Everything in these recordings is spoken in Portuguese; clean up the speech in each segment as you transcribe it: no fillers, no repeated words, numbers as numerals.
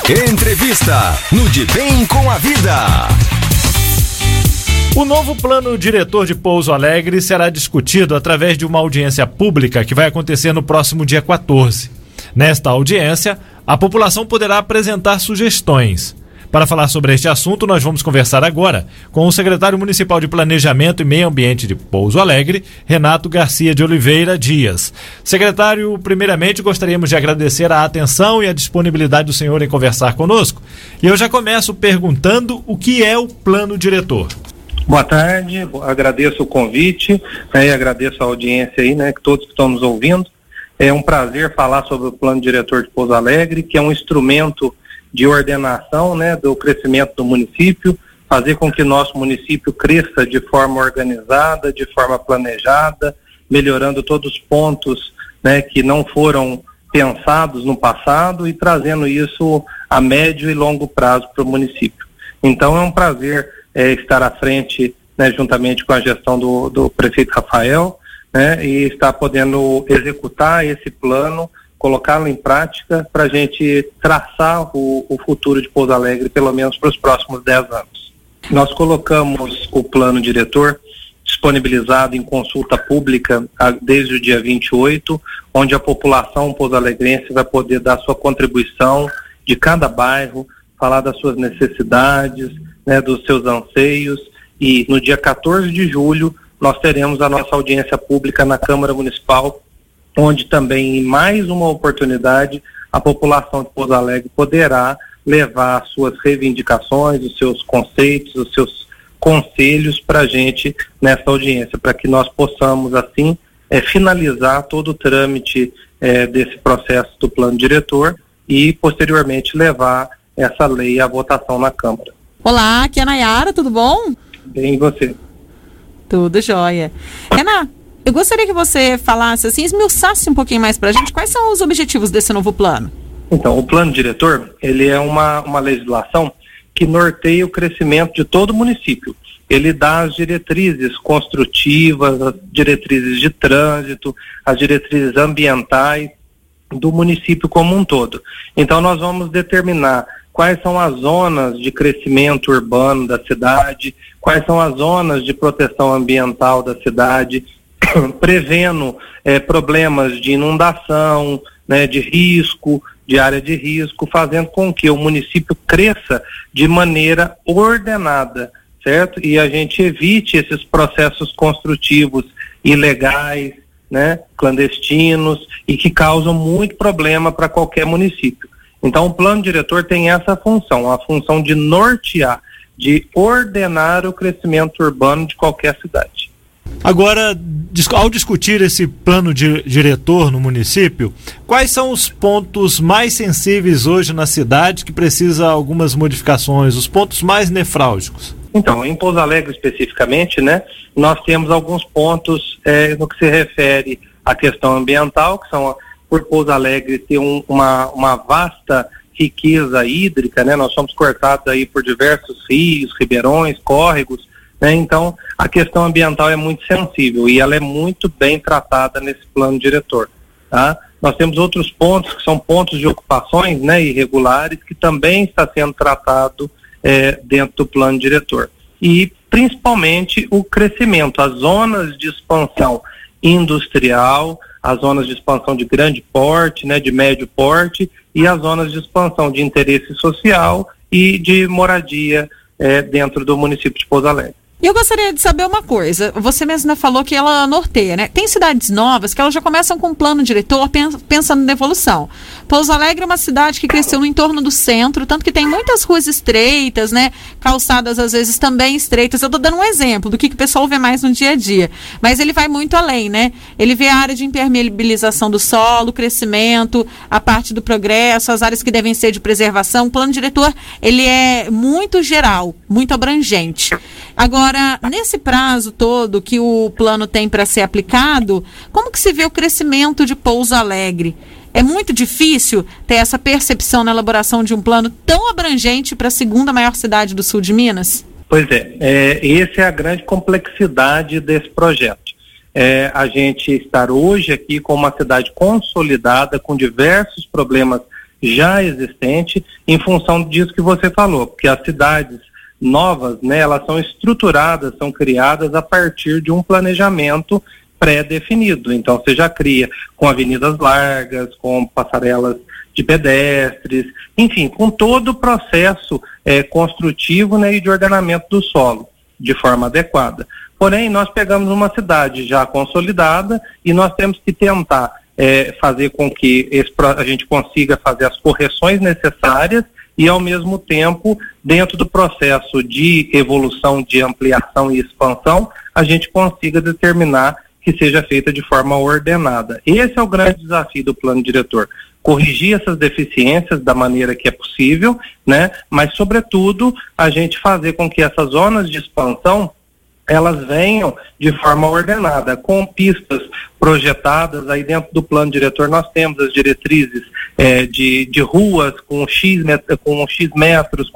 Entrevista no De Bem com a Vida. O novo plano diretor de Pouso Alegre será discutido através de uma audiência pública que vai acontecer no próximo dia 14. Nesta audiência, a população poderá apresentar sugestões. Para falar sobre este assunto, nós vamos conversar agora com o secretário municipal de Planejamento e Meio Ambiente de Pouso Alegre, Renato Garcia de Oliveira Dias. Secretário, primeiramente gostaríamos de agradecer a atenção e a disponibilidade do senhor em conversar conosco. E eu já começo perguntando o que é o plano diretor. Boa tarde, agradeço o convite, e agradeço a audiência aí, que todos que estão nos ouvindo. É um prazer falar sobre o plano diretor de Pouso Alegre, que é um instrumento de ordenação, do crescimento do município, fazer com que o nosso município cresça de forma organizada, de forma planejada, melhorando todos os pontos, que não foram pensados no passado e trazendo isso a médio e longo prazo para o município. Então é um prazer estar à frente, juntamente com a gestão do prefeito Rafael, e estar podendo executar esse plano, colocá-lo em prática para a gente traçar o futuro de Pouso Alegre, pelo menos para os próximos 10 anos. Nós colocamos o plano diretor disponibilizado em consulta pública desde o dia 28, onde a população pouso-alegrense vai poder dar sua contribuição de cada bairro, falar das suas necessidades, dos seus anseios, e no dia 14 de julho nós teremos a nossa audiência pública na Câmara Municipal, onde também, em mais uma oportunidade, a população de Pouso Alegre poderá levar as suas reivindicações, os seus conceitos, os seus conselhos para a gente nessa audiência, para que nós possamos, assim, finalizar todo o trâmite desse processo do plano diretor e, posteriormente, levar essa lei à votação na Câmara. Olá, aqui é a Nayara, tudo bom? Bem, e você? Tudo jóia. Renan, eu gostaria que você falasse, assim, esmiuçasse um pouquinho mais para a gente quais são os objetivos desse novo plano. Então, o plano diretor, ele é uma legislação que norteia o crescimento de todo o município. Ele dá as diretrizes construtivas, as diretrizes de trânsito, as diretrizes ambientais do município como um todo. Então, nós vamos determinar quais são as zonas de crescimento urbano da cidade, quais são as zonas de proteção ambiental da cidade, prevendo problemas de inundação, de risco, de área de risco, fazendo com que o município cresça de maneira ordenada, certo? E a gente evite esses processos construtivos ilegais, clandestinos, e que causam muito problema para qualquer município. Então, o plano diretor tem essa função, a função de nortear, de ordenar o crescimento urbano de qualquer cidade. Agora, ao discutir esse plano diretor no município, quais são os pontos mais sensíveis hoje na cidade que precisa algumas modificações, os pontos mais nefrálgicos? Então, em Pouso Alegre especificamente, nós temos alguns pontos no que se refere à questão ambiental, que são, por Pouso Alegre ter uma vasta riqueza hídrica, nós somos cortados aí por diversos rios, ribeirões, córregos, então a questão ambiental é muito sensível e ela é muito bem tratada nesse plano diretor, tá? Nós temos outros pontos que são pontos de ocupações, irregulares, que também está sendo tratado dentro do plano diretor. E principalmente o crescimento, as zonas de expansão industrial, as zonas de expansão de grande porte, de médio porte, e as zonas de expansão de interesse social e de moradia dentro do município de Pouso Alegre. E eu gostaria de saber uma coisa, você mesma falou que ela norteia, Tem cidades novas que elas já começam com um plano diretor pensando na evolução. Pouso Alegre é uma cidade que cresceu no entorno do centro, tanto que tem muitas ruas estreitas, calçadas às vezes também estreitas. Eu estou dando um exemplo do que o pessoal vê mais no dia a dia, mas ele vai muito além, Ele vê a área de impermeabilização do solo, crescimento, a parte do progresso, as áreas que devem ser de preservação. O plano diretor, ele é muito geral, muito abrangente. Agora, nesse prazo todo que o plano tem para ser aplicado, como que se vê o crescimento de Pouso Alegre? É muito difícil ter essa percepção na elaboração de um plano tão abrangente para a segunda maior cidade do sul de Minas? Pois essa é a grande complexidade desse projeto. A gente estar hoje aqui com uma cidade consolidada, com diversos problemas já existente em função disso que você falou, porque as cidades novas, né, elas são estruturadas, são criadas a partir de um planejamento pré-definido. Então você já cria com avenidas largas, com passarelas de pedestres, enfim, com todo o processo construtivo, né, e de ordenamento do solo de forma adequada. Porém, nós pegamos uma cidade já consolidada e nós temos que tentar fazer com que a gente consiga fazer as correções necessárias e, ao mesmo tempo, dentro do processo de evolução, de ampliação e expansão, a gente consiga determinar que seja feita de forma ordenada. Esse é o grande desafio do plano diretor, corrigir essas deficiências da maneira que é possível, né? Mas, sobretudo, a gente fazer com que essas zonas de expansão elas venham de forma ordenada, com pistas projetadas. Aí dentro do plano diretor nós temos as diretrizes de ruas com X metros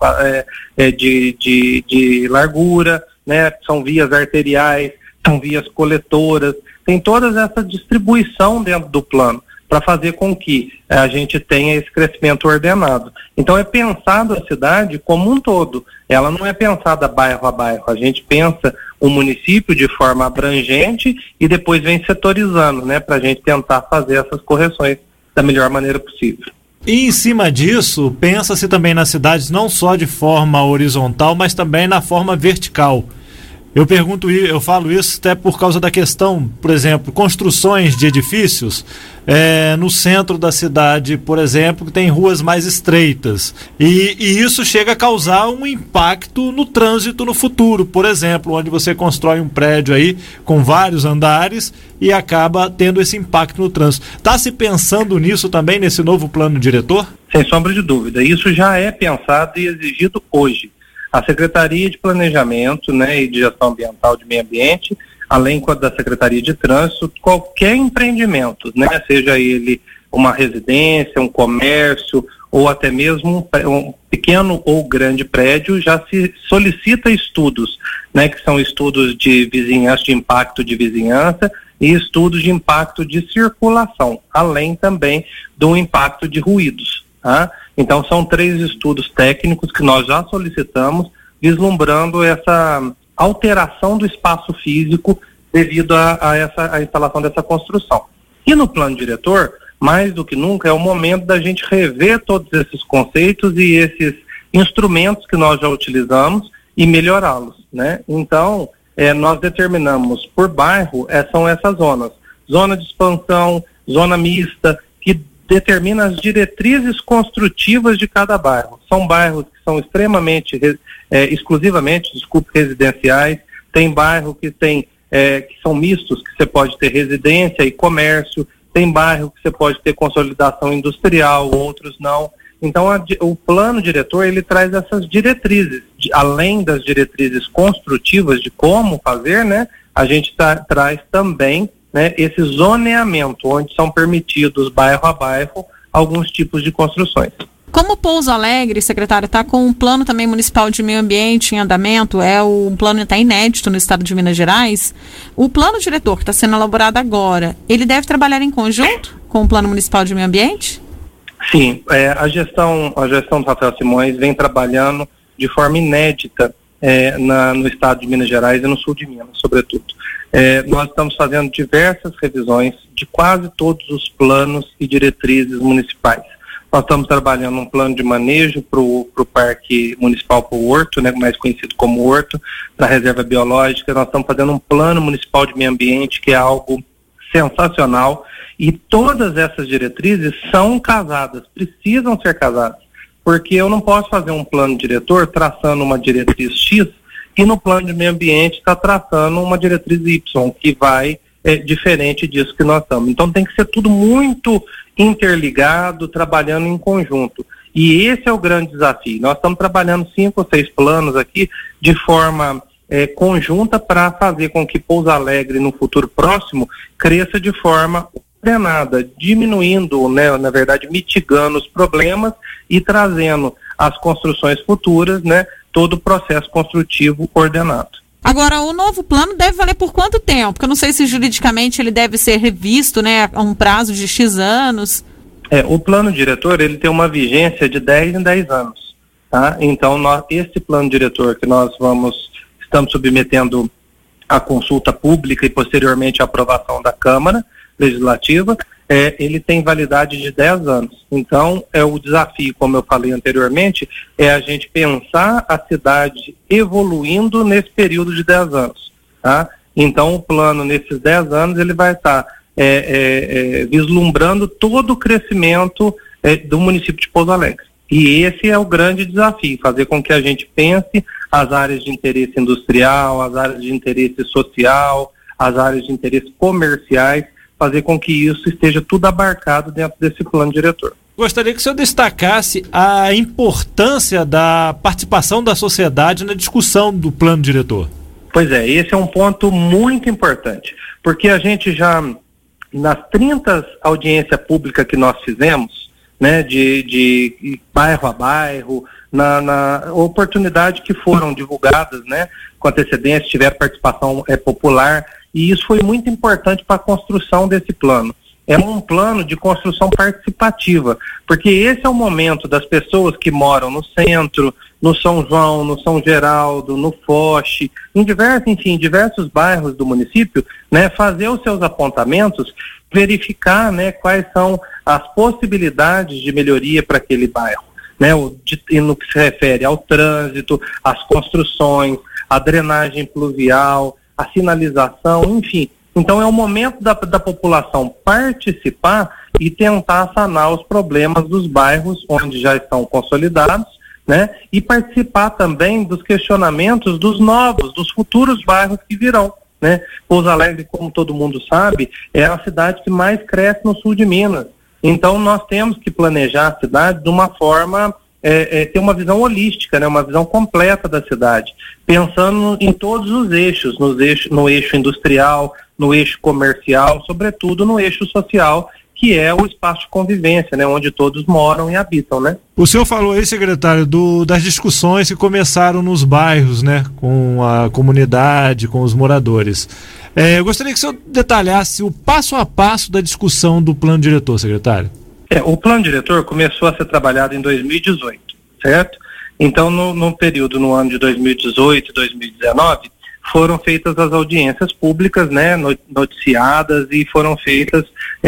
de largura, né? São vias arteriais, são vias coletoras, tem toda essa distribuição dentro do plano para fazer com que a gente tenha esse crescimento ordenado. Então é pensado a cidade como um todo, ela não é pensada bairro a bairro, a gente pensa o município de forma abrangente e depois vem setorizando, né, para a gente tentar fazer essas correções da melhor maneira possível. E em cima disso, pensa-se também nas cidades não só de forma horizontal, mas também na forma vertical. Eu falo isso até por causa da questão, por exemplo, construções de edifícios no centro da cidade, por exemplo, que tem ruas mais estreitas. E isso chega a causar um impacto no trânsito no futuro, por exemplo, onde você constrói um prédio aí com vários andares e acaba tendo esse impacto no trânsito. Está se pensando nisso também, nesse novo plano diretor? Sem sombra de dúvida. Isso já é pensado e exigido hoje. A Secretaria de Planejamento, né, e de Gestão Ambiental de Meio Ambiente, além da Secretaria de Trânsito, qualquer empreendimento, né, seja ele uma residência, um comércio ou até mesmo um pequeno ou grande prédio, já se solicita estudos, né, que são estudos de vizinhança, de impacto de vizinhança e estudos de impacto de circulação, além também do impacto de ruídos. Tá? Então são 3 estudos técnicos que nós já solicitamos, vislumbrando essa alteração do espaço físico devido a instalação dessa construção. E no plano diretor, mais do que nunca, é o momento da gente rever todos esses conceitos e esses instrumentos que nós já utilizamos e melhorá-los, né? Então, nós determinamos por bairro, são essas zonas. Zona de expansão, zona mista, que determina as diretrizes construtivas de cada bairro. São bairros que são exclusivamente residenciais, tem bairro que são mistos, que você pode ter residência e comércio, tem bairro que você pode ter consolidação industrial, outros não. Então o plano diretor ele traz essas diretrizes, além das diretrizes construtivas de como fazer, né? A gente traz também, né, esse zoneamento, onde são permitidos bairro a bairro alguns tipos de construções. Como Pouso Alegre, secretário, está com um plano também municipal de meio ambiente em andamento, um plano está inédito no estado de Minas Gerais, o plano diretor que está sendo elaborado agora, ele deve trabalhar em conjunto com o plano municipal de meio ambiente? Sim, a gestão do Rafael Simões vem trabalhando de forma inédita no estado de Minas Gerais e no sul de Minas, sobretudo. Nós estamos fazendo diversas revisões de quase todos os planos e diretrizes municipais. Nós estamos trabalhando um plano de manejo para o Parque Municipal para o Horto, né, mais conhecido como Horto, para a Reserva Biológica. Nós estamos fazendo um plano municipal de meio ambiente, que é algo sensacional, e todas essas diretrizes são casadas, precisam ser casadas, porque eu não posso fazer um plano diretor traçando uma diretriz X e no plano de meio ambiente está traçando uma diretriz Y, que vai diferente disso que nós estamos. Então tem que ser tudo muito interligado, trabalhando em conjunto. E esse é o grande desafio. Nós estamos trabalhando 5 ou 6 planos aqui de forma conjunta para fazer com que Pouso Alegre no futuro próximo cresça de forma ordenada, diminuindo, né, na verdade mitigando os problemas e trazendo as construções futuras, né, todo o processo construtivo ordenado. Agora, o novo plano deve valer por quanto tempo? Porque eu não sei se juridicamente ele deve ser revisto, né, a um prazo de X anos. O plano diretor, ele tem uma vigência de 10 em 10 anos, tá? Então, esse plano diretor que nós estamos submetendo à consulta pública e posteriormente à aprovação da Câmara Legislativa, ele tem validade de 10 anos. Então, o desafio, como eu falei anteriormente, é a gente pensar a cidade evoluindo nesse período de 10 anos, tá? Então, o plano, nesses 10 anos, ele vai estar vislumbrando todo o crescimento do município de Pouso Alegre. E esse é o grande desafio, fazer com que a gente pense as áreas de interesse industrial, as áreas de interesse social, as áreas de interesse comerciais, fazer com que isso esteja tudo abarcado dentro desse plano diretor. Gostaria que o senhor destacasse a importância da participação da sociedade na discussão do plano diretor. Pois é, esse é um ponto muito importante, porque a gente já, nas 30 audiências públicas que nós fizemos, né, de bairro a bairro, na oportunidade que foram divulgadas, né, com antecedência, tiveram participação popular, e isso foi muito importante para a construção desse plano. É um plano de construção participativa, porque esse é o momento das pessoas que moram no centro, no São João, no São Geraldo, no Foche, em diversos bairros do município, né, fazer os seus apontamentos, verificar, né, quais são as possibilidades de melhoria para aquele bairro, né, no que se refere ao trânsito, às construções, à drenagem pluvial, à sinalização, enfim. Então é o momento da população participar e tentar sanar os problemas dos bairros onde já estão consolidados, né? E participar também dos questionamentos dos futuros bairros que virão, né? Pouso Alegre, como todo mundo sabe, é a cidade que mais cresce no sul de Minas. Então nós temos que planejar a cidade de uma forma, ter uma visão holística, né? Uma visão completa da cidade, pensando em todos os eixos, no eixo industrial, no eixo comercial, sobretudo no eixo social, que é o espaço de convivência, né, onde todos moram e habitam, né? O senhor falou aí, secretário, das discussões que começaram nos bairros, né, com a comunidade, com os moradores. Eu gostaria que o senhor detalhasse o passo a passo da discussão do plano diretor, secretário. O plano diretor começou a ser trabalhado em 2018, certo? Então, no período, no ano de 2018 e 2019, foram feitas as audiências públicas, né, noticiadas, e foram feitas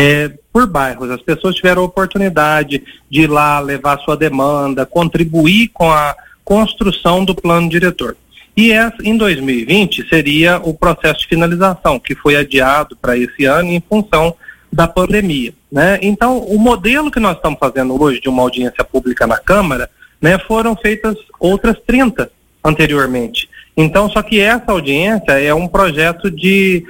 por bairros. As pessoas tiveram a oportunidade de ir lá levar sua demanda, contribuir com a construção do plano diretor. E em 2020 seria o processo de finalização, que foi adiado para esse ano em função da pandemia, né? Então, o modelo que nós estamos fazendo hoje de uma audiência pública na Câmara, né, foram feitas outras 30 anteriormente. Então, só que essa audiência é um projeto de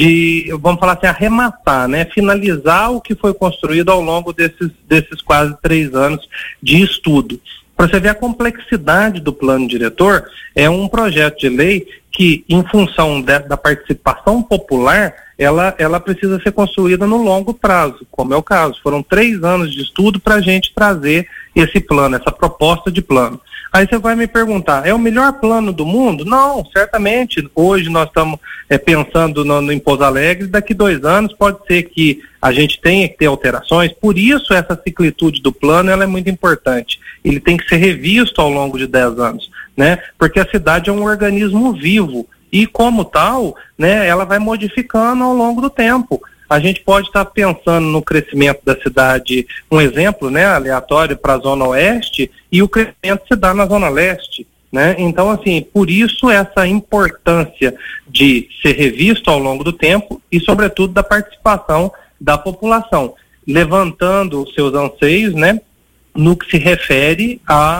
vamos falar assim, arrematar, né, finalizar o que foi construído ao longo desses quase 3 anos de estudo. Para você ver a complexidade do plano diretor, é um projeto de lei que, em função da participação popular, ela precisa ser construída no longo prazo, como é o caso. Foram 3 anos de estudo para a gente trazer esse plano, essa proposta de plano. Aí você vai me perguntar, é o melhor plano do mundo? Não, certamente. Hoje nós estamos pensando em Pouso Alegre, daqui 2 anos pode ser que a gente tenha que ter alterações, por isso essa ciclitude do plano ela é muito importante. Ele tem que ser revisto ao longo de 10 anos, né? Porque a cidade é um organismo vivo e, como tal, né, ela vai modificando ao longo do tempo. A gente pode estar pensando no crescimento da cidade, um exemplo, né, aleatório para a Zona Oeste, e o crescimento se dá na Zona Leste, né? Então, assim, por isso essa importância de ser revisto ao longo do tempo e, sobretudo, da participação da população, levantando os seus anseios, né, no que se refere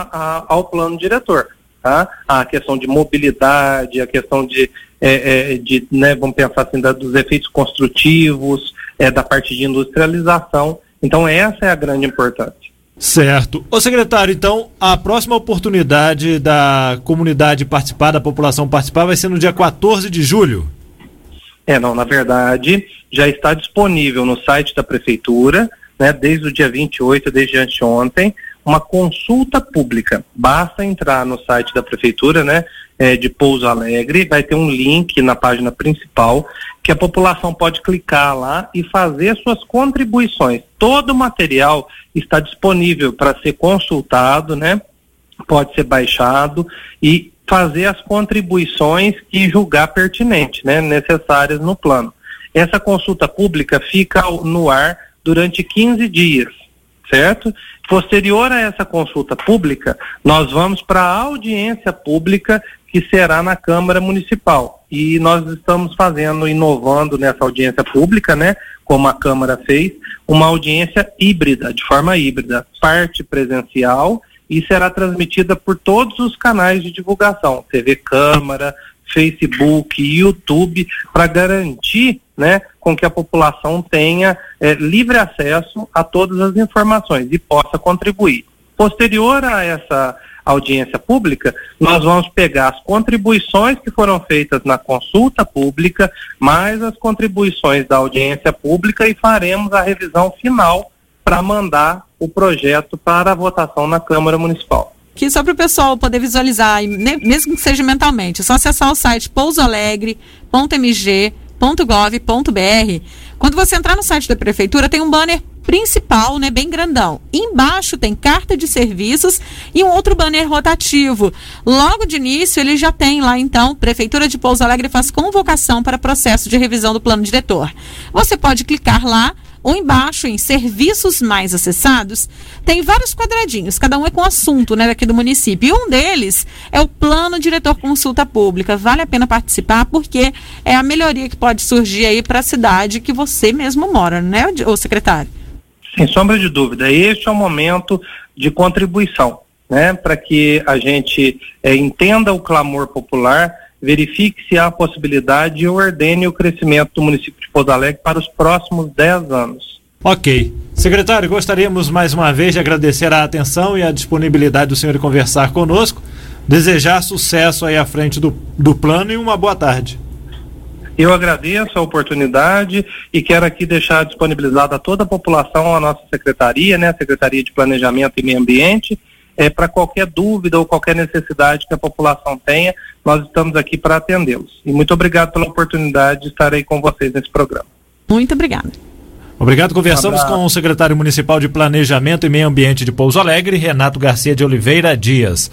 ao plano diretor, tá? A questão de mobilidade, a questão né, vamos pensar assim, dos efeitos construtivos, da parte de industrialização. Então essa é a grande importância. Certo. Ô secretário, então a próxima oportunidade da comunidade participar, da população participar, vai ser no dia 14 de julho? Na verdade, já está disponível no site da Prefeitura, né, desde o dia 28, desde anteontem, uma consulta pública. Basta entrar no site da prefeitura, né, de Pouso Alegre, vai ter um link na página principal que a população pode clicar lá e fazer suas contribuições. Todo o material está disponível para ser consultado, né? Pode ser baixado e fazer as contribuições que julgar pertinente, né, necessárias no plano. Essa consulta pública fica no ar durante 15 dias, certo? Posterior a essa consulta pública, nós vamos para a audiência pública que será na Câmara Municipal. E nós estamos inovando nessa audiência pública, né, como a Câmara fez, uma audiência híbrida, de forma híbrida, parte presencial e será transmitida por todos os canais de divulgação, TV Câmara, Facebook, YouTube, para garantir, né, com que a população tenha livre acesso a todas as informações e possa contribuir. Posterior a essa audiência pública, nós vamos pegar as contribuições que foram feitas na consulta pública, mais as contribuições da audiência pública e faremos a revisão final para mandar o projeto para a votação na Câmara Municipal. Que só para o pessoal poder visualizar, mesmo que seja mentalmente, é só acessar o site pousoalegre.mg.gov.br. Quando você entrar no site da prefeitura, tem um banner principal, né, bem grandão. Embaixo tem carta de serviços e um outro banner rotativo. Logo de início, ele já tem lá, então, Prefeitura de Pouso Alegre faz convocação para processo de revisão do plano diretor. Você pode clicar lá, ou embaixo, em serviços mais acessados, tem vários quadradinhos, cada um é com assunto, né, daqui do município. E um deles é o Plano Diretor Consulta Pública. Vale a pena participar, porque é a melhoria que pode surgir aí para a cidade que você mesmo mora, né, ô secretário? Sem sombra de dúvida, este é o momento de contribuição, né, para que a gente entenda o clamor popular, verifique se há possibilidade e ordene o crescimento do município de Pouso Alegre para os próximos 10 anos. Ok. Secretário, gostaríamos mais uma vez de agradecer a atenção e a disponibilidade do senhor de conversar conosco, desejar sucesso aí à frente do plano e uma boa tarde. Eu agradeço a oportunidade e quero aqui deixar disponibilizada a toda a população a nossa secretaria, né, a Secretaria de Planejamento e Meio Ambiente, para qualquer dúvida ou qualquer necessidade que a população tenha, nós estamos aqui para atendê-los. E muito obrigado pela oportunidade de estar aí com vocês nesse programa. Muito obrigada. Obrigado. Conversamos com o secretário municipal de Planejamento e Meio Ambiente de Pouso Alegre, Renato Garcia de Oliveira Dias.